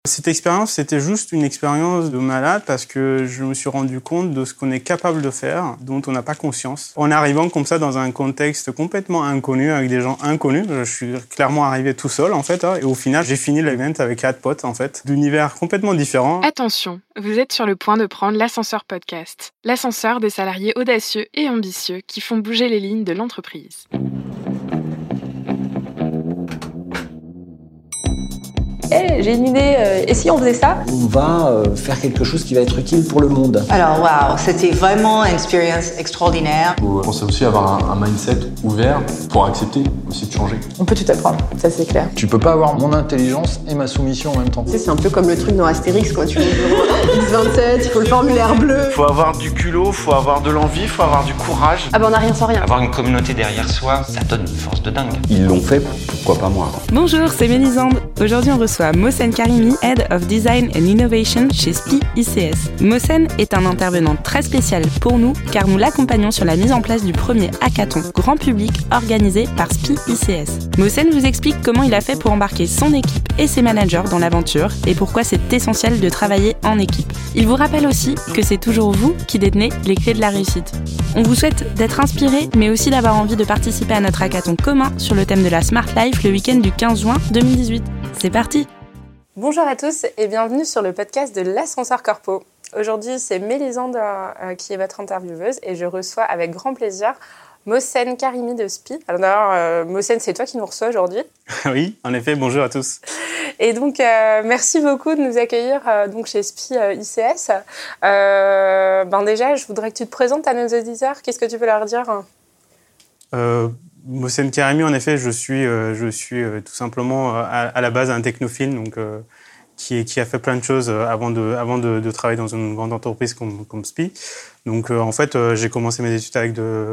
Cette expérience, c'était juste une expérience de malade parce que je me suis rendu compte de ce qu'on est capable de faire, dont on n'a pas conscience. En arrivant comme ça dans un contexte complètement inconnu, avec des gens inconnus, je suis clairement arrivé tout seul en fait, et au final, j'ai fini l'event avec 4 potes en fait, d'univers complètement différents. Attention, vous êtes sur le point de prendre l'ascenseur podcast, l'ascenseur des salariés audacieux et ambitieux qui font bouger les lignes de l'entreprise. J'ai une idée, et si on faisait ça ? On va faire quelque chose qui va être utile pour le monde. Alors, waouh, c'était vraiment une expérience extraordinaire. Il faut penser aussi à avoir un mindset ouvert pour accepter aussi de changer. On peut tout apprendre, ça c'est clair. Tu peux pas avoir mon intelligence et ma soumission en même temps. Tu sais, c'est un peu comme le truc dans Astérix, quoi. Tu vois, X27, il faut le formulaire bleu. Faut avoir du culot, faut avoir de l'envie, faut avoir du courage. Ah bah on n'a rien sans rien. Avoir une communauté derrière soi, ça donne une force de dingue. Ils l'ont fait, pourquoi pas moi ? Bonjour, c'est Mélisande. Aujourd'hui, on reçoit Mohsen Karimi, Head of Design and Innovation chez SPI ICS. Mohsen est un intervenant très spécial pour nous, car nous l'accompagnons sur la mise en place du premier hackathon grand public organisé par SPI ICS. Mohsen vous explique comment il a fait pour embarquer son équipe et ses managers dans l'aventure et pourquoi c'est essentiel de travailler en équipe. Il vous rappelle aussi que c'est toujours vous qui détenez les clés de la réussite. On vous souhaite d'être inspiré, mais aussi d'avoir envie de participer à notre hackathon commun sur le thème de la Smart Life le week-end du 15 juin 2018. C'est parti! Bonjour à tous et bienvenue sur le podcast de l'Ascenseur Corpo. Aujourd'hui, c'est Mélisande qui est votre intervieweuse et je reçois avec grand plaisir Mohsen Karimi de SPI. Alors d'ailleurs, Mohsen, c'est toi qui nous reçois aujourd'hui. Oui, en effet, bonjour à tous. Et donc, merci beaucoup de nous accueillir donc chez SPI ICS. Déjà, je voudrais que tu te présentes à nos auditeurs. Qu'est-ce que tu peux leur dire ? Mohsen Karimi, en effet, je suis tout simplement à la base un technophile, donc qui a fait plein de choses avant de travailler dans une grande entreprise comme SPI. Donc en fait, j'ai commencé mes études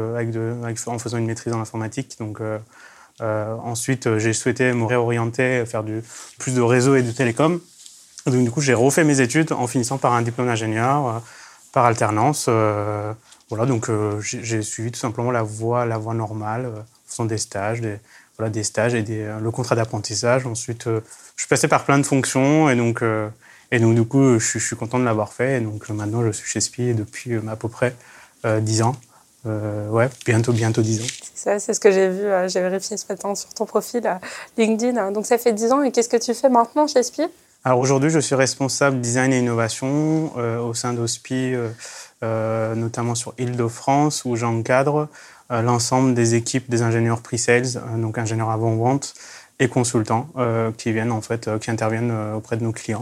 en faisant une maîtrise en informatique. Donc ensuite, j'ai souhaité me réorienter, faire plus de réseau et de télécom. Donc du coup, j'ai refait mes études en finissant par un diplôme d'ingénieur par alternance. Voilà, donc j'ai suivi tout simplement la voie normale, faisant des stages, des stages et le contrat d'apprentissage. Ensuite, je suis passé par plein de fonctions et donc du coup, je suis content de l'avoir fait. Et donc maintenant, je suis chez SPI depuis à peu près 10 ans. Bientôt 10 ans. C'est ça, c'est ce que j'ai vu. J'ai vérifié ce matin sur ton profil LinkedIn. Donc ça fait 10 ans. Et qu'est-ce que tu fais maintenant chez SPI ? Alors aujourd'hui, je suis responsable design et innovation au sein de SPI, notamment sur Île-de-France, où j'encadre l'ensemble des équipes des ingénieurs pre-sales, donc ingénieurs avant-vente et consultants qui interviennent auprès de nos clients,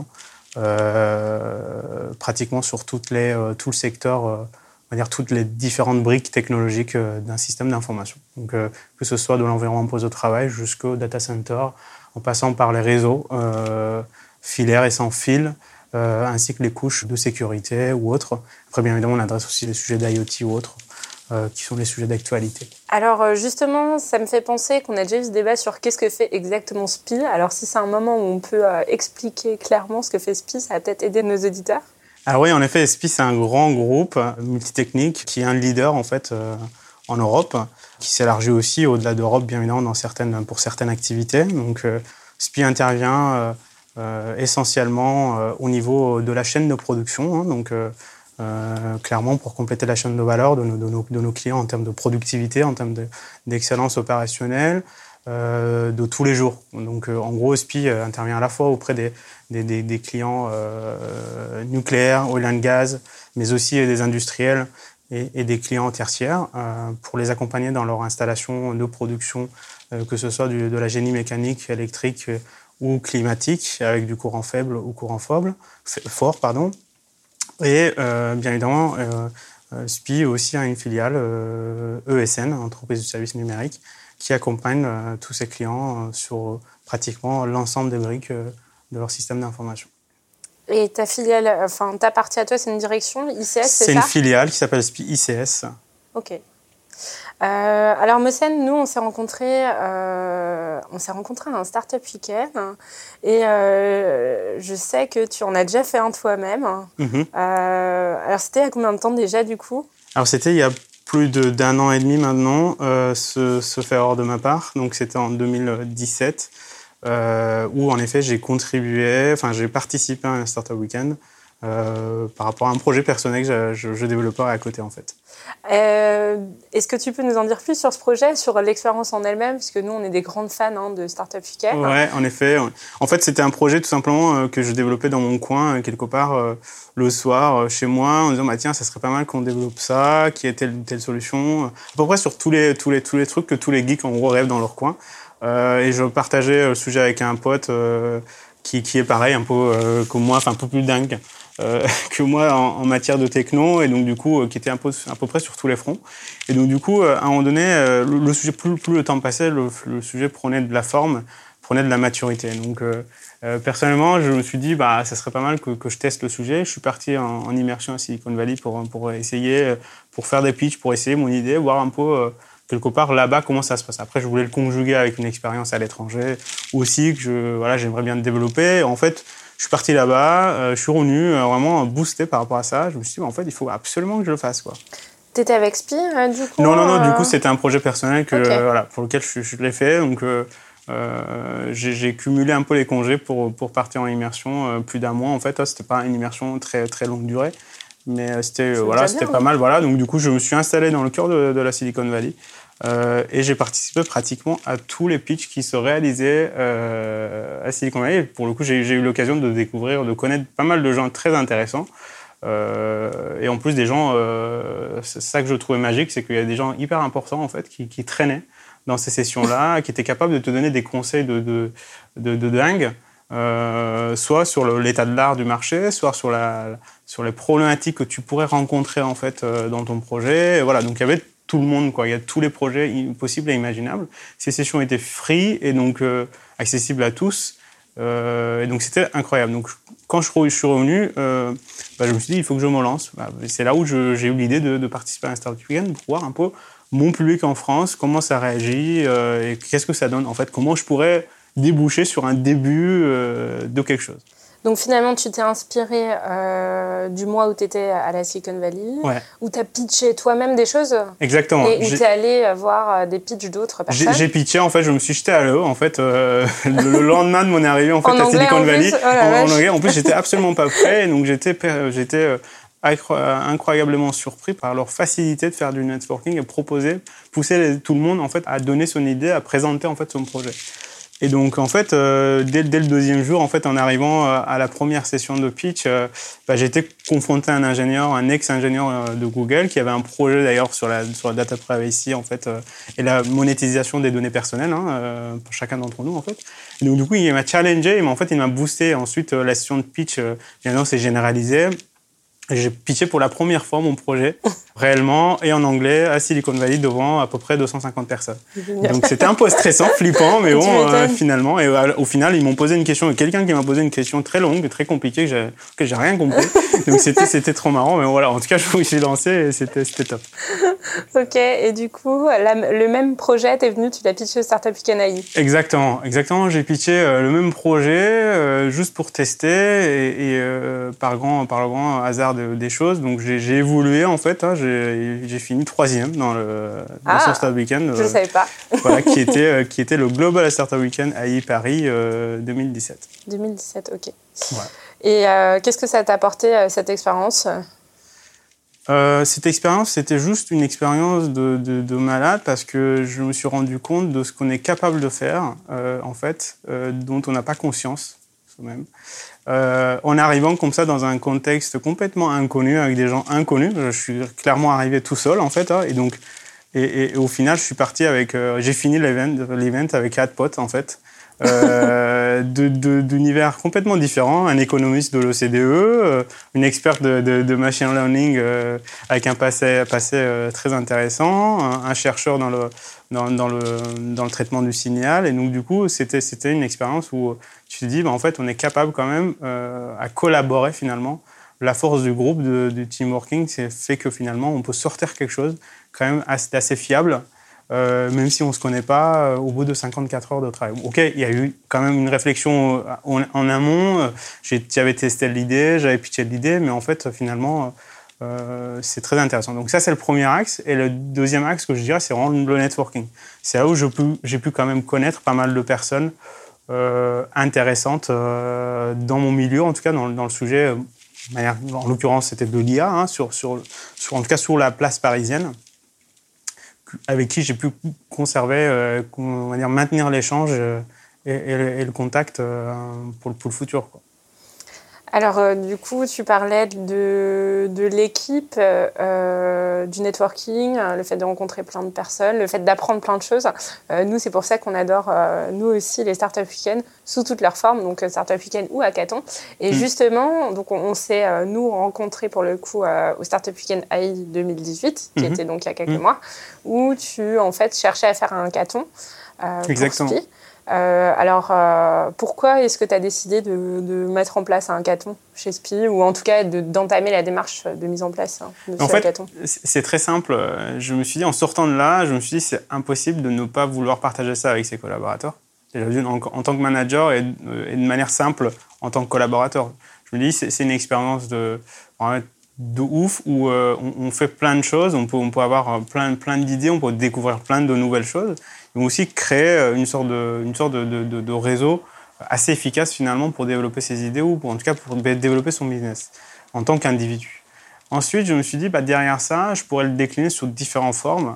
pratiquement sur tout le secteur, on va dire toutes les différentes briques technologiques d'un système d'information. Donc que ce soit de l'environnement poste de travail jusqu'au data center, en passant par les réseaux filaires et sans fil, ainsi que les couches de sécurité ou autres. Après, bien évidemment, on adresse aussi les sujets d'IoT ou autres, qui sont les sujets d'actualité. Alors justement, ça me fait penser qu'on a déjà eu ce débat sur qu'est-ce que fait exactement SPI. Alors si c'est un moment où on peut expliquer clairement ce que fait SPI, ça va peut-être aider nos auditeurs. Alors oui, en effet, SPI, c'est un grand groupe multitechnique qui est un leader en fait en Europe, qui s'élargit aussi au-delà d'Europe, bien évidemment, pour certaines activités. Donc SPI intervient essentiellement au niveau de la chaîne de production, donc clairement pour compléter la chaîne de valeur de nos clients en termes de productivité, en termes d'excellence opérationnelle, de tous les jours. Donc en gros, SPI intervient à la fois auprès des clients nucléaires, oil and gas, mais aussi des industriels et des clients tertiaires pour les accompagner dans leur installation de production, que ce soit de la génie mécanique, électrique ou climatique, avec du courant faible ou courant fort. Et bien évidemment, SPI aussi a une filiale ESN, entreprise de services numériques, qui accompagne tous ses clients sur pratiquement l'ensemble des briques de leur système d'information. Et ta filiale, ta partie à toi, c'est une direction ICS, c'est ça ? C'est une filiale qui s'appelle SPI ICS. Ok. Alors Mohsen, nous on s'est rencontrés à un Startup Weekend et je sais que tu en as déjà fait un toi-même. Alors c'était il y a combien de temps déjà du coup ? Alors c'était il y a plus d'1 an et demi maintenant, ce fait erreur de ma part. Donc c'était en 2017. où en effet j'ai participé à un Startup Weekend par rapport à un projet personnel que je développais à côté en fait. Est-ce que tu peux nous en dire plus sur ce projet, sur l'expérience en elle-même, parce que nous on est des grandes fans de Startup Weekend. Ouais, en effet. En fait, c'était un projet tout simplement que je développais dans mon coin quelque part le soir chez moi, en disant tiens, ça serait pas mal qu'on développe ça, qu'il y ait telle solution, à peu près sur tous les trucs que tous les geeks en gros rêvent dans leur coin. Et je partageais le sujet avec un pote qui est pareil, un peu comme moi, enfin un peu plus dingue que moi en matière de techno, et donc du coup qui était à peu près sur tous les fronts. Et donc du coup, à un moment donné, le sujet, plus le temps passait, le sujet prenait de la forme, prenait de la maturité. Donc personnellement, je me suis dit ça serait pas mal que je teste le sujet. Je suis parti en immersion à Silicon Valley pour essayer, pour faire des pitchs, pour essayer mon idée, voir un peu quelque part là-bas comment ça se passe. Après, je voulais le conjuguer avec une expérience à l'étranger aussi que j'aimerais bien développer. En fait, je suis parti là-bas, je suis revenu vraiment boosté par rapport à ça. Je me suis dit, en fait, il faut absolument que je le fasse, quoi. T'étais avec Spi, du coup? Non, du coup, c'était un projet personnel pour lequel je l'ai fait. Donc, j'ai cumulé un peu les congés pour partir en immersion plus d'un mois. En fait, c'était pas une immersion très, très longue durée, mais c'était pas mal. Voilà. Donc, du coup, je me suis installé dans le cœur de la Silicon Valley. Et j'ai participé pratiquement à tous les pitchs qui se réalisaient à Silicon Valley. Et pour le coup, j'ai eu l'occasion de connaître pas mal de gens très intéressants. Et en plus, des gens, c'est ça que je trouvais magique, c'est qu'il y a des gens hyper importants en fait qui traînaient dans ces sessions-là, qui étaient capables de te donner des conseils de dingue, soit sur l'état de l'art du marché, soit sur les problématiques que tu pourrais rencontrer en fait dans ton projet. Et voilà, donc il y avait tout le monde, quoi. Il y a tous les projets possibles et imaginables. Ces sessions étaient free et donc accessibles à tous. Et donc c'était incroyable. Donc quand je suis revenu, je me suis dit il faut que je me lance. C'est là où j'ai eu l'idée de participer à un Startup Weekend pour voir un peu mon public en France, comment ça réagit et qu'est-ce que ça donne. En fait, comment je pourrais déboucher sur un début de quelque chose. Donc finalement, tu t'es inspiré du mois où tu étais à la Silicon Valley, où tu as pitché toi-même des choses. Exactement. Et où tu es allé voir des pitchs d'autres personnes. J'ai pitché, en fait, je me suis jeté à l'eau, en fait, le lendemain de mon arrivée en fait, à Silicon Valley. En anglais, en plus, j'étais absolument pas prêt, donc j'étais incroyablement surpris par leur facilité de faire du networking et pousser tout le monde en fait, à donner son idée, à présenter en fait, son projet. Et donc, en fait, dès le deuxième jour, en fait, en arrivant à la première session de pitch, j'ai été confronté à un ex-ingénieur de Google qui avait un projet d'ailleurs sur la data privacy, en fait, et la monétisation des données personnelles, pour chacun d'entre nous, en fait. Et donc, du coup, il m'a challengé, mais en fait, il m'a boosté. Ensuite, la session de pitch, maintenant, c'est généralisé. J'ai pitché pour la première fois mon projet, réellement, et en anglais, à Silicon Valley, devant à peu près 250 personnes. Donc c'était un peu stressant, flippant, mais bon, finalement. Et au final, ils m'ont posé une question, quelqu'un qui m'a posé une question très longue, très compliquée, que j'ai rien compris. Donc c'était trop marrant, mais voilà, en tout cas, je me suis lancé et c'était top. Ok, et du coup, le même projet, t'es venu, tu l'as pitché au Startup Weekend AI. Exactement. J'ai pitché le même projet, juste pour tester, et par le grand hasard des choses. Donc j'ai évolué en fait. J'ai fini 3e dans le Startup Weekend. Je ne savais pas. Voilà, qui était le Global Startup Weekend AI Paris 2017. 2017, ok. Ouais. Et qu'est-ce que ça t'a apporté cette expérience ? Cette expérience, c'était juste une expérience de malade parce que je me suis rendu compte de ce qu'on est capable de faire, en fait, dont on n'a pas conscience soi-même. En arrivant comme ça dans un contexte complètement inconnu, avec des gens inconnus, je suis clairement arrivé tout seul en fait, et donc et au final je suis parti avec, j'ai fini l'event avec 4 potes en fait, d'univers complètement différents, un économiste de l'OCDE, une experte de machine learning avec un passé très intéressant, un chercheur dans le traitement du signal, et donc du coup c'était une expérience où tu te dis en fait on est capable quand même à collaborer finalement. La force du groupe, du teamworking, c'est fait que finalement on peut sortir quelque chose quand même assez fiable. Même si on ne se connaît pas, au bout de 54 heures de travail. Ok, il y a eu quand même une réflexion en amont. J'avais testé l'idée, j'avais pitché l'idée, mais en fait, finalement, c'est très intéressant. Donc ça, c'est le premier axe. Et le deuxième axe que je dirais, c'est vraiment le networking. C'est là où j'ai pu quand même connaître pas mal de personnes intéressantes dans mon milieu, en tout cas dans le sujet. En l'occurrence, c'était de l'IA, en tout cas sur la place parisienne, avec qui j'ai pu conserver, maintenir l'échange et le contact pour le futur, quoi. Alors, du coup, tu parlais de l'équipe, du networking, le fait de rencontrer plein de personnes, le fait d'apprendre plein de choses. Nous, c'est pour ça qu'on adore, nous aussi, les Startup Weekend sous toutes leurs formes, donc Startup Weekend ou Hackathon. Et justement, donc on s'est, nous, rencontrés pour le coup au Startup Weekend AI 2018, qui était donc il y a quelques mois, où tu, en fait, cherchais à faire un hackathon Exactement. pour SPI. Alors, pourquoi est-ce que tu as décidé de mettre en place un hackathon chez SPI, ou en tout cas d'entamer la démarche de mise en place de ce hackathon ? C'est très simple. Je me suis dit, en sortant de là, c'est impossible de ne pas vouloir partager ça avec ses collaborateurs. Déjà, en tant que manager et de manière simple en tant que collaborateur. Je me dis, c'est une expérience de ouf où on fait plein de choses, on peut avoir plein d'idées, on peut découvrir plein de nouvelles choses. Mais aussi créer une sorte de réseau assez efficace finalement pour développer ses idées ou en tout cas pour développer son business en tant qu'individu. Ensuite, je me suis dit, derrière ça, je pourrais le décliner sous différentes formes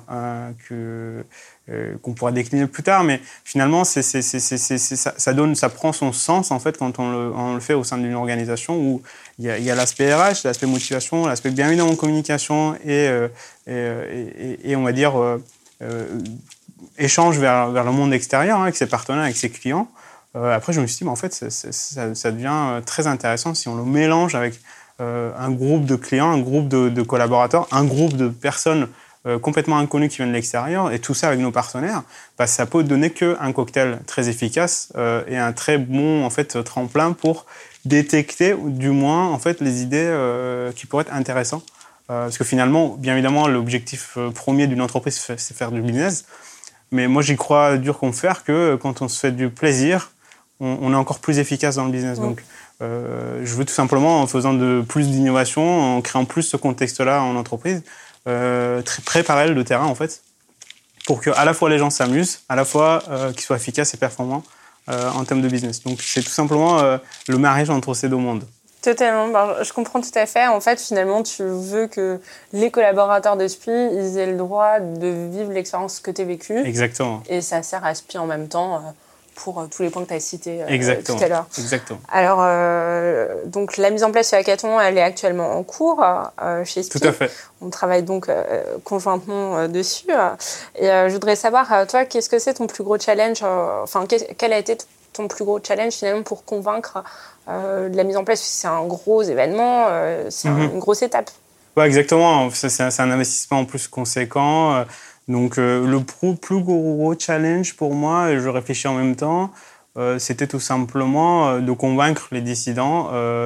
qu'on pourra décliner plus tard, mais finalement, ça prend son sens en fait quand on le fait au sein d'une organisation où il y a l'aspect RH, l'aspect motivation, l'aspect bien évidemment communication et on va dire échange vers le monde extérieur, avec ses partenaires, avec ses clients. Après, je me suis dit, en fait, ça devient très intéressant si on le mélange avec un groupe de clients, un groupe de collaborateurs, un groupe de personnes complètement inconnues qui viennent de l'extérieur, et tout ça avec nos partenaires, ça peut donner qu'un cocktail très efficace et un très bon en fait, tremplin pour détecter, du moins, en fait, les idées qui pourraient être intéressantes. Parce que finalement, bien évidemment, l'objectif premier d'une entreprise, c'est faire du business. Mais moi, j'y crois dur comme fer que quand on se fait du plaisir, on est encore plus efficace dans le business. Donc, je veux tout simplement, en faisant plus d'innovation, en créant plus ce contexte-là en entreprise, préparer le terrain, en fait, pour que à la fois les gens s'amusent, à la fois qu'ils soient efficaces et performants en termes de business. Donc, c'est tout simplement le mariage entre ces deux mondes. Totalement, je comprends tout à fait. En fait, finalement, tu veux que les collaborateurs de SPI, ils aient le droit de vivre l'expérience que tu as vécue. Exactement. Et ça sert à SPI en même temps pour tous les points que tu as cités tout à l'heure. Exactement. Alors, donc, la mise en place du hackathon, elle est actuellement en cours chez SPI. Tout à fait. On travaille donc conjointement dessus. Et je voudrais savoir, toi, qu'est-ce que c'est ton plus gros challenge quel a été ton plus gros challenge finalement pour convaincre de la mise en place? C'est un gros événement, c'est une grosse étape. Ouais, exactement. C'est un investissement en plus conséquent. Donc, le plus gros challenge pour moi, et je réfléchis en même temps, c'était tout simplement de convaincre les décideurs,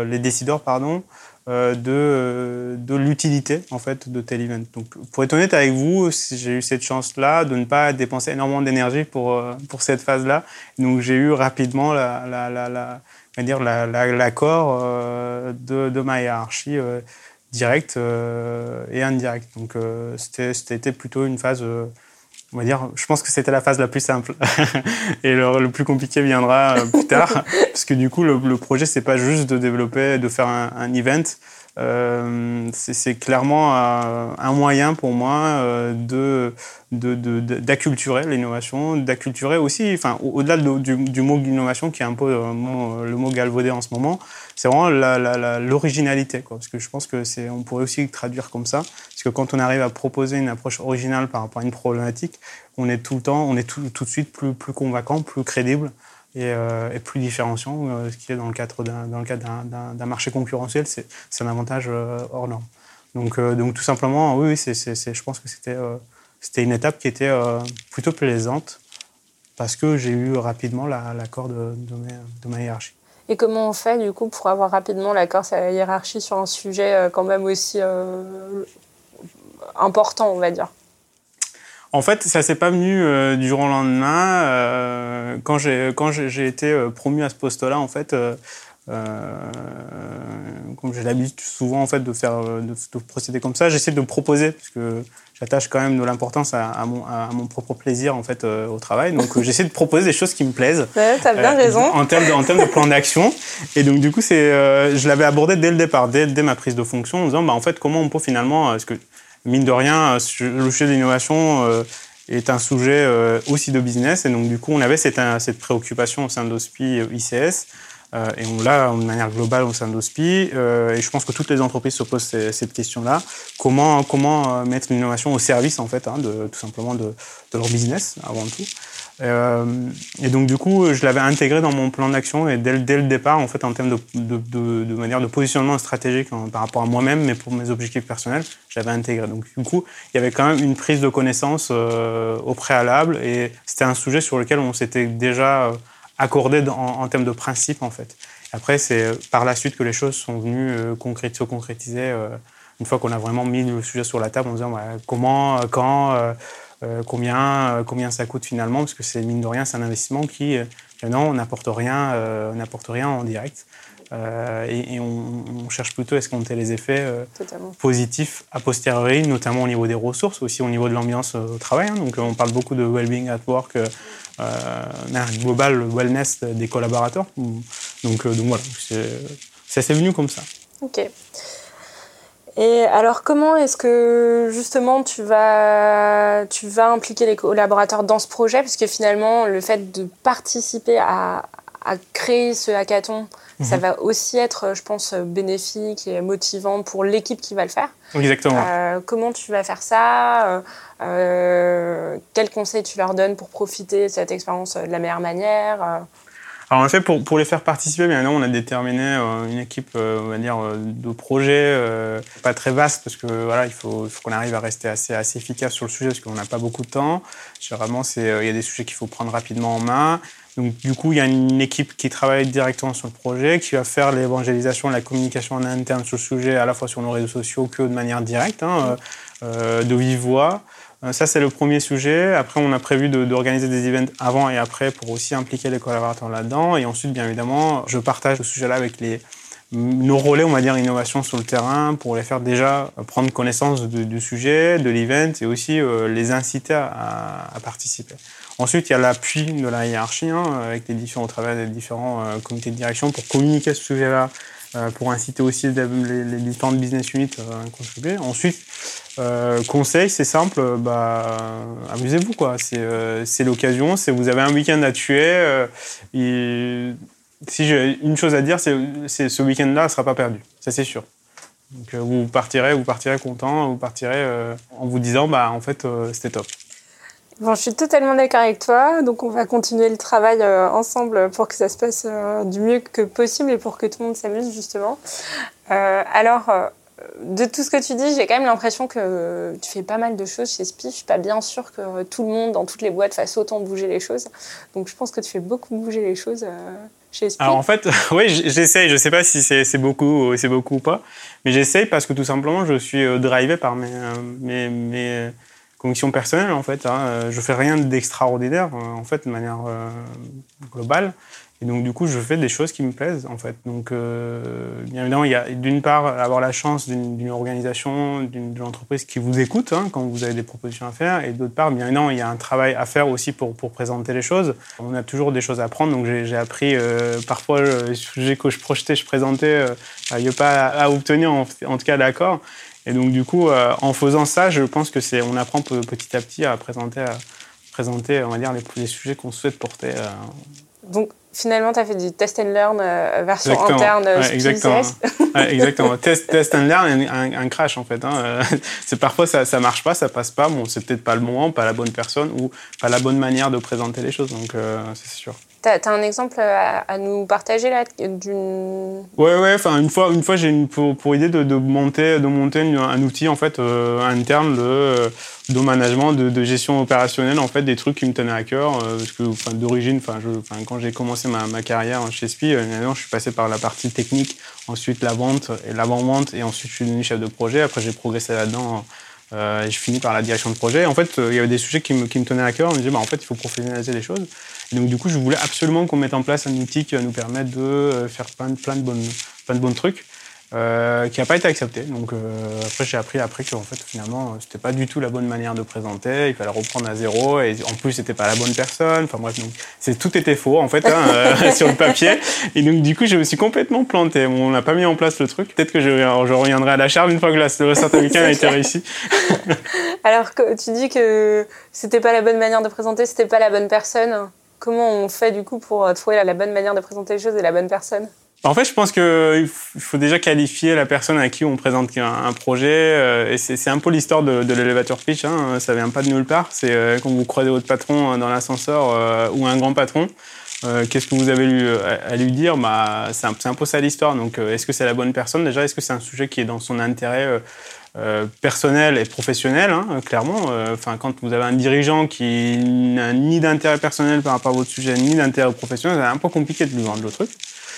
de l'utilité en fait de tel event. Donc, pour être honnête avec vous, j'ai eu cette chance-là de ne pas dépenser énormément d'énergie pour cette phase-là. Donc, j'ai eu rapidement l'accord de ma hiérarchie directe et indirecte. Donc, c'était plutôt une phase. On va dire, je pense que c'était la phase la plus simple. Et le plus compliqué viendra plus tard. Parce que du coup, le projet, c'est pas juste de développer, de faire un event. C'est clairement un moyen pour moi d'acculturer l'innovation, d'acculturer aussi, enfin, au-delà du mot innovation qui est un peu le mot galvaudé en ce moment, c'est vraiment l'originalité, quoi. Parce que je pense que on pourrait aussi traduire comme ça, parce que quand on arrive à proposer une approche originale par rapport à une problématique, on est tout de suite plus convaincant, plus crédible. Et plus différenciant, ce qui est dans le cadre d'un marché concurrentiel, c'est un avantage hors norme. Donc tout simplement, oui, je pense que c'était une étape qui était plutôt plaisante parce que j'ai eu rapidement l'accord de ma hiérarchie. Et comment on fait du coup pour avoir rapidement l'accord de la hiérarchie sur un sujet quand même aussi important, on va dire? En fait, ça s'est pas venu du jour au lendemain. Quand j'ai été promu à ce poste-là, en fait, comme j'ai l'habitude souvent en fait de procéder comme ça, j'essaie de proposer parce que j'attache quand même de l'importance à mon propre plaisir en fait au travail. Donc j'essaie de proposer des choses qui me plaisent. Ouais, t'as bien raison. En termes de plan d'action. Et donc du coup je l'avais abordé dès le départ, dès ma prise de fonction, en disant en fait comment on peut finalement, parce que mine de rien, le sujet de l'innovation est un sujet aussi de business. Et donc du coup on avait cette préoccupation au sein de l'OSPI ICS. Et on l'a de manière globale au sein de l'OSPI. Et je pense que toutes les entreprises se posent cette question-là. Comment mettre l'innovation au service, en fait, tout simplement de leur business, avant tout. Et donc, du coup, je l'avais intégré dans mon plan d'action. Et dès le départ, en fait, en termes de manière de positionnement stratégique par rapport à moi-même, mais pour mes objectifs personnels, je l'avais intégré. Donc, du coup, il y avait quand même une prise de connaissance au préalable. Et c'était un sujet sur lequel on s'était déjà accordé en termes de principe, en fait. Après, c'est par la suite que les choses sont venues se concrétiser une fois qu'on a vraiment mis le sujet sur la table en disant comment, quand, combien ça coûte finalement, parce que c'est mine de rien, c'est un investissement qui, non, n'apporte rien en direct. Et on cherche plutôt à escompter les effets positifs a posteriori, notamment au niveau des ressources, aussi au niveau de l'ambiance au travail. Donc on parle beaucoup de well-being at work, global, le wellness des collaborateurs. Donc voilà, c'est venu comme ça. Ok. Et alors, comment est-ce que, justement, tu vas impliquer les collaborateurs dans ce projet ? Parce que finalement, le fait de participer à créer ce hackathon, ça va aussi être, je pense, bénéfique et motivant pour l'équipe qui va le faire. Exactement. Comment tu vas faire ça ? Quels conseils tu leur donnes pour profiter de cette expérience de la meilleure manière ? Alors en fait, pour les faire participer, bien évidemment, on a déterminé une équipe, on va dire, de projet, pas très vaste, parce que voilà, il faut qu'on arrive à rester assez efficace sur le sujet, parce qu'on n'a pas beaucoup de temps. Généralement, il y a des sujets qu'il faut prendre rapidement en main. Donc du coup, il y a une équipe qui travaille directement sur le projet, qui va faire l'évangélisation, la communication en interne sur le sujet, à la fois sur nos réseaux sociaux que de manière directe, de vive voix. Ça, c'est le premier sujet. Après, on a prévu d'organiser des events avant et après pour aussi impliquer les collaborateurs là-dedans. Et ensuite, bien évidemment, je partage ce sujet-là avec nos relais, on va dire, innovation sur le terrain pour les faire déjà prendre connaissance du sujet, de l'event et aussi les inciter à participer. Ensuite, il y a l'appui de la hiérarchie au travers des différents comités de direction pour communiquer ce sujet-là, pour inciter aussi les différentes business units à contribuer. Ensuite, conseil, c'est simple, amusez-vous, quoi. C'est l'occasion, vous avez un week-end à tuer. Si j'ai une chose à dire, c'est ce week-end-là ne sera pas perdu, ça c'est sûr. Donc vous partirez content, vous partirez en vous disant, en fait, c'était top. Bon, je suis totalement d'accord avec toi, donc on va continuer le travail ensemble pour que ça se passe du mieux que possible et pour que tout le monde s'amuse, justement. De tout ce que tu dis, j'ai quand même l'impression que tu fais pas mal de choses chez SPI. Je suis pas bien sûre que tout le monde, dans toutes les boîtes, fasse autant bouger les choses. Donc je pense que tu fais beaucoup bouger les choses chez SPI. Alors en fait, oui, j'essaye. Je sais pas si c'est beaucoup ou pas, mais j'essaye parce que tout simplement, je suis drivé par mes convictions personnelles, en fait. Je fais rien d'extraordinaire, en fait, de manière globale. Et donc, du coup, je fais des choses qui me plaisent, en fait. Donc, bien évidemment, il y a d'une part avoir la chance d'une organisation, d'une entreprise qui vous écoute quand vous avez des propositions à faire. Et d'autre part, bien évidemment, il y a un travail à faire aussi pour présenter les choses. On a toujours des choses à apprendre. Donc, j'ai appris parfois les sujets que je projetais, je présentais, il n'y a pas à obtenir, en tout cas, d'accord. Et donc, du coup, en faisant ça, je pense que on apprend petit à petit à présenter, on va dire, les sujets qu'on souhaite porter. Donc, finalement, tu as fait du test and learn version exactement. interne. Exactement. Exactement. Test and learn, un crash, en fait. Parfois, ça marche pas, ça passe pas. Bon, c'est peut-être pas le moment, pas la bonne personne ou pas la bonne manière de présenter les choses. Donc, c'est sûr. T'as un exemple à nous partager là d'une... Ouais. Enfin, une fois, j'ai pour idée de monter un outil en fait interne de management, de gestion opérationnelle, en fait, des trucs qui me tenaient à cœur. Parce que, d'origine, quand j'ai commencé ma carrière chez SPI, je suis passé par la partie technique, ensuite la vente et l'avant-vente, et ensuite je suis devenu chef de projet. Après, j'ai progressé là-dedans. Et je finis par la direction de projet. En fait, il y avait des sujets qui me tenaient à cœur. Je me disais, en fait, il faut professionnaliser les choses. Et donc, du coup, je voulais absolument qu'on mette en place un outil qui va nous permettre de faire plein de bons trucs. qui n'a pas été accepté. Donc après, j'ai appris qu'en fait, finalement, c'était pas du tout la bonne manière de présenter. Il fallait reprendre à zéro. Et en plus, c'était pas la bonne personne. Enfin bref, donc tout était faux en fait sur le papier. Et donc du coup, je me suis complètement planté. On n'a pas mis en place le truc. Peut-être que je reviendrai à la charge une fois que le startup weekend a été réussi. Alors tu dis que c'était pas la bonne manière de présenter, c'était pas la bonne personne. Comment on fait du coup pour trouver la bonne manière de présenter les choses et la bonne personne ? En fait, je pense qu'il faut déjà qualifier la personne à qui on présente un projet. Et c'est un peu l'histoire de l'elevator pitch. Ça vient pas de nulle part. C'est quand vous croisez votre patron dans l'ascenseur ou un grand patron. Qu'est-ce que vous avez à lui dire ? C'est un peu ça l'histoire. Donc, est-ce que c'est la bonne personne déjà ? Est-ce que c'est un sujet qui est dans son intérêt personnel et professionnel, clairement. Quand vous avez un dirigeant qui n'a ni d'intérêt personnel par rapport à votre sujet, ni d'intérêt professionnel, c'est un peu compliqué de lui vendre le truc.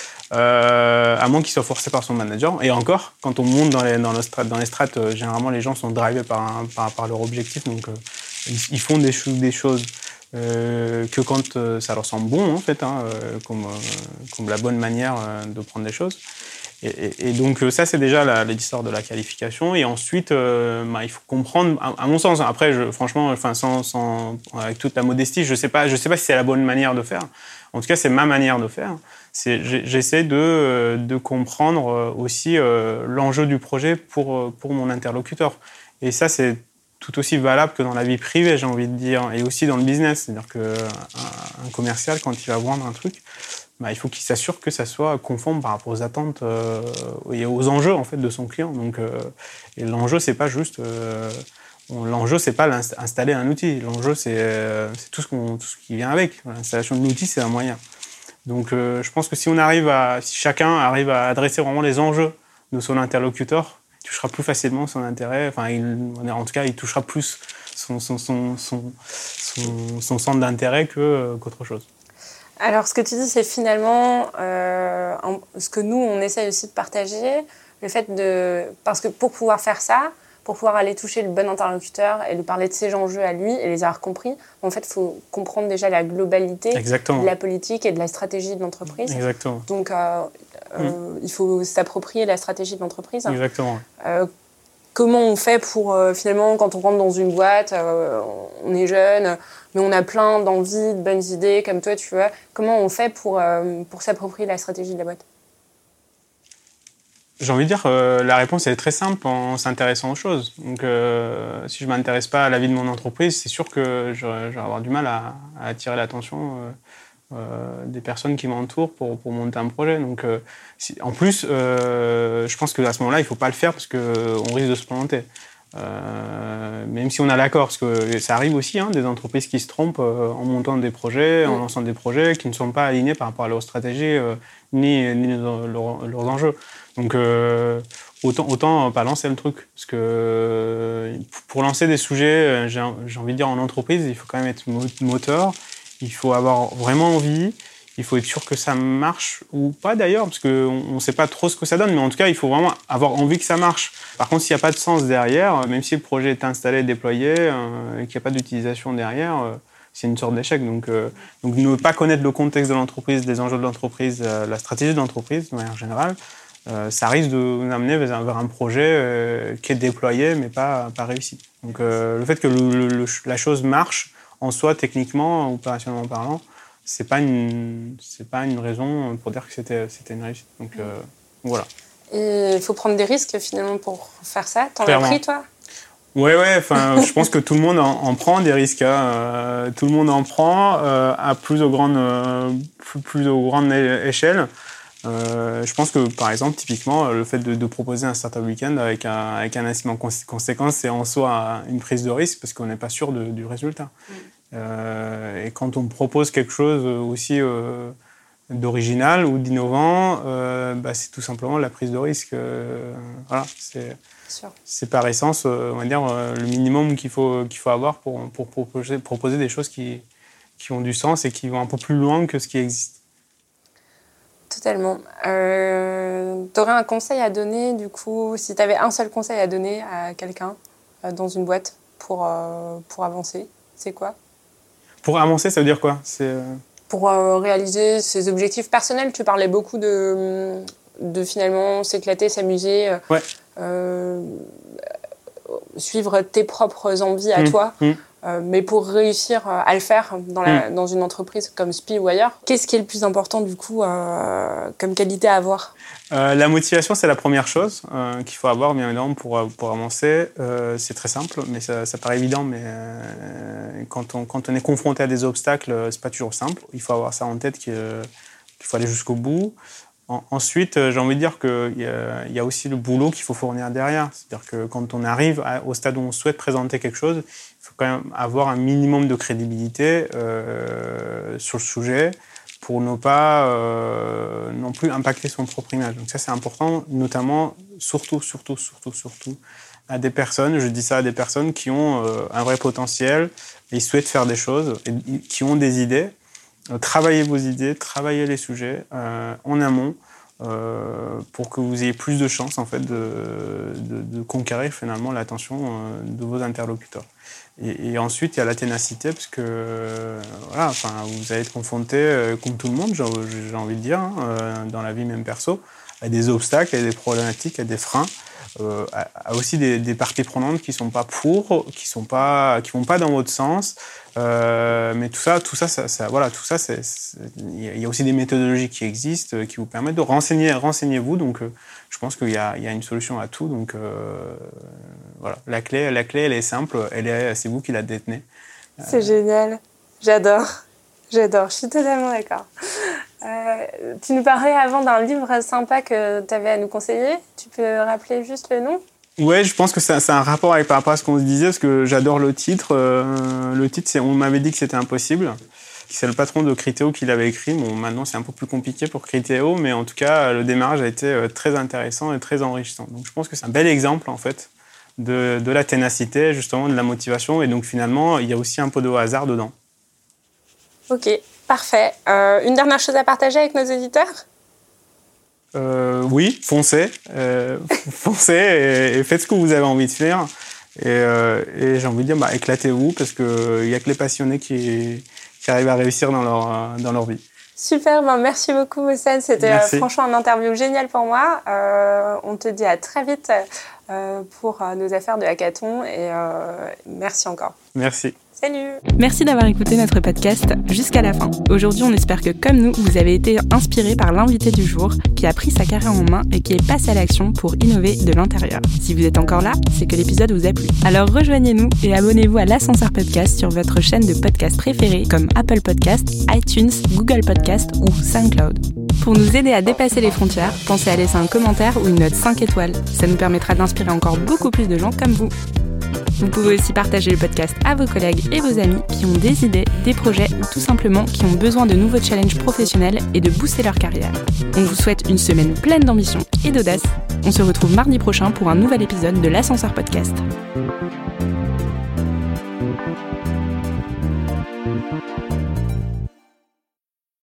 À moins qu'il soit forcé par son manager. Et encore, quand on monte dans les strates, généralement les gens sont drivés par leur objectif, donc ils font des choses que quand ça leur semble bon, en fait, comme la bonne manière de prendre les choses. Et donc ça, c'est déjà l'histoire de la qualification. Et ensuite, il faut comprendre, à mon sens, après, franchement, avec toute la modestie, je sais pas si c'est la bonne manière de faire. En tout cas, c'est ma manière de faire. J'essaie de comprendre aussi l'enjeu du projet pour mon interlocuteur. Et ça, c'est tout aussi valable que dans la vie privée, j'ai envie de dire, et aussi dans le business. C'est-à-dire qu'un commercial, quand il va vendre un truc, il faut qu'il s'assure que ça soit conforme par rapport aux attentes et aux enjeux en fait de son client. Donc, et l'enjeu, c'est pas juste... l'enjeu, c'est pas installer un outil. L'enjeu, c'est tout ce qui vient avec. L'installation de l'outil, c'est un moyen. Donc, je pense que si chacun arrive à adresser vraiment les enjeux de son interlocuteur, il touchera plus facilement son intérêt. En tout cas, il touchera plus son centre d'intérêt qu'autre chose. Alors, ce que tu dis, c'est finalement ce que nous, on essaye aussi de partager, le fait parce que pour pouvoir faire ça, pour pouvoir aller toucher le bon interlocuteur et lui parler de ses enjeux à lui et les avoir compris, en fait, il faut comprendre déjà la globalité de la politique et de la stratégie de l'entreprise. Exactement. Donc, il faut s'approprier la stratégie de l'entreprise. Exactement. Comment on fait pour, finalement, quand on rentre dans une boîte, on est jeune, mais on a plein d'envies, de bonnes idées, comme toi, tu vois. Comment on fait pour s'approprier la stratégie de la boîte ? J'ai envie de dire, la réponse elle est très simple en s'intéressant aux choses. Donc, si je ne m'intéresse pas à la vie de mon entreprise, c'est sûr que je vais avoir du mal à attirer l'attention des personnes qui m'entourent pour monter un projet. Donc, en plus, je pense qu'à ce moment-là, il ne faut pas le faire parce qu'on risque de se planter. Même si on a l'accord, parce que ça arrive aussi, des entreprises qui se trompent en montant des projets, en lançant des projets qui ne sont pas alignés par rapport à leur stratégie ni leurs enjeux. Donc, autant pas lancer le truc. Parce que pour lancer des sujets, j'ai envie de dire, en entreprise, il faut quand même être moteur, il faut avoir vraiment envie, il faut être sûr que ça marche ou pas d'ailleurs, parce qu'on ne sait pas trop ce que ça donne, mais en tout cas, il faut vraiment avoir envie que ça marche. Par contre, s'il n'y a pas de sens derrière, même si le projet est installé, déployé, et qu'il n'y a pas d'utilisation derrière, c'est une sorte d'échec. Donc, ne pas connaître le contexte de l'entreprise, les enjeux de l'entreprise, la stratégie de l'entreprise, de manière générale, ça risque de nous amener vers un projet qui est déployé, mais pas réussi. Donc, le fait que la chose marche en soi, techniquement, opérationnellement parlant, c'est pas une raison pour dire que c'était une réussite. Donc, voilà. Et il faut prendre des risques, finalement, pour faire ça. T'en as pris, toi ? Ouais. Je pense que tout le monde en prend des risques. Tout le monde en prend à plus ou grande échelle. Je pense que, par exemple, typiquement, le fait de proposer un startup weekend avec un investissement conséquent, c'est en soi une prise de risque parce qu'on n'est pas sûr du résultat. Et quand on propose quelque chose aussi d'original ou d'innovant, c'est tout simplement la prise de risque. Voilà, c'est par essence, on va dire, le minimum qu'il faut avoir pour proposer des choses qui ont du sens et qui vont un peu plus loin que ce qui existe. Totalement. T'aurais un conseil à donner, du coup, si t'avais un seul conseil à donner à quelqu'un dans une boîte pour avancer, c'est quoi ? Pour avancer, ça veut dire quoi ? Pour réaliser ses objectifs personnels. Tu parlais beaucoup de de finalement s'éclater, s'amuser, suivre tes propres envies à toi. Mais pour réussir à le faire dans une entreprise comme SPI ou ailleurs, qu'est-ce qui est le plus important du coup comme qualité à avoir ? La motivation, c'est la première chose qu'il faut avoir, bien évidemment, pour avancer. C'est très simple, mais ça paraît évident, mais quand on est confronté à des obstacles, c'est pas toujours simple. Il faut avoir ça en tête qu'il faut aller jusqu'au bout. Ensuite, j'ai envie de dire qu'il y a aussi le boulot qu'il faut fournir derrière. C'est-à-dire que quand on arrive au stade où on souhaite présenter quelque chose, il faut quand même avoir un minimum de crédibilité sur le sujet pour ne pas non plus impacter son propre image. Donc ça, c'est important, notamment, surtout, à des personnes, je dis ça à des personnes qui ont un vrai potentiel et ils souhaitent faire des choses, et qui ont des idées. Travaillez vos idées, travaillez les sujets en amont pour que vous ayez plus de chances en fait, de conquérir finalement l'attention de vos interlocuteurs. Et ensuite, il y a la ténacité, parce que vous allez être confronté, comme tout le monde, j'ai envie de dire, dans la vie même perso, à des obstacles, à des problématiques, à des freins. À aussi des parties prenantes qui sont pas pour, qui vont pas dans votre sens, mais tout ça, il y a aussi des méthodologies qui existent qui vous permettent de renseignez-vous. Donc, je pense qu'il y a une solution à tout. Donc, la clé, elle est simple, c'est vous qui la détenez. C'est génial, j'adore, je suis totalement d'accord. Tu nous parlais avant d'un livre sympa que tu avais à nous conseiller. Tu peux rappeler juste le nom ? Ouais, je pense que c'est un rapport par rapport à ce qu'on se disait, parce que j'adore le titre. Le titre, c'est « On m'avait dit que c'était impossible ». C'est le patron de Criteo qui l'avait écrit. Bon, maintenant, c'est un peu plus compliqué pour Criteo, mais en tout cas, le démarrage a été très intéressant et très enrichissant. Donc, je pense que c'est un bel exemple, en fait, de la ténacité, justement, de la motivation. Et donc, finalement, il y a aussi un peu de hasard dedans. Ok. Parfait. Une dernière chose à partager avec nos auditeurs ? Oui, foncez. Foncez et faites ce que vous avez envie de faire. Et j'ai envie de dire, éclatez-vous, parce qu'il n'y a que les passionnés qui arrivent à réussir dans leur vie. Super, merci beaucoup Mohsen. C'était franchement une interview géniale pour moi. On te dit à très vite pour nos affaires de hackathon et merci encore. Merci. Salut! Merci d'avoir écouté notre podcast jusqu'à la fin. Aujourd'hui, on espère que, comme nous, vous avez été inspirés par l'invité du jour qui a pris sa carrière en main et qui est passé à l'action pour innover de l'intérieur. Si vous êtes encore là, c'est que l'épisode vous a plu. Alors rejoignez-nous et abonnez-vous à l'Ascenseur Podcast sur votre chaîne de podcast préférée comme Apple Podcast, iTunes, Google Podcast ou SoundCloud. Pour nous aider à dépasser les frontières, pensez à laisser un commentaire ou une note 5 étoiles. Ça nous permettra d'inspirer encore beaucoup plus de gens comme vous. Vous pouvez aussi partager le podcast à vos collègues et vos amis qui ont des idées, des projets ou tout simplement qui ont besoin de nouveaux challenges professionnels et de booster leur carrière. On vous souhaite une semaine pleine d'ambition et d'audace. On se retrouve mardi prochain pour un nouvel épisode de l'Ascenseur Podcast.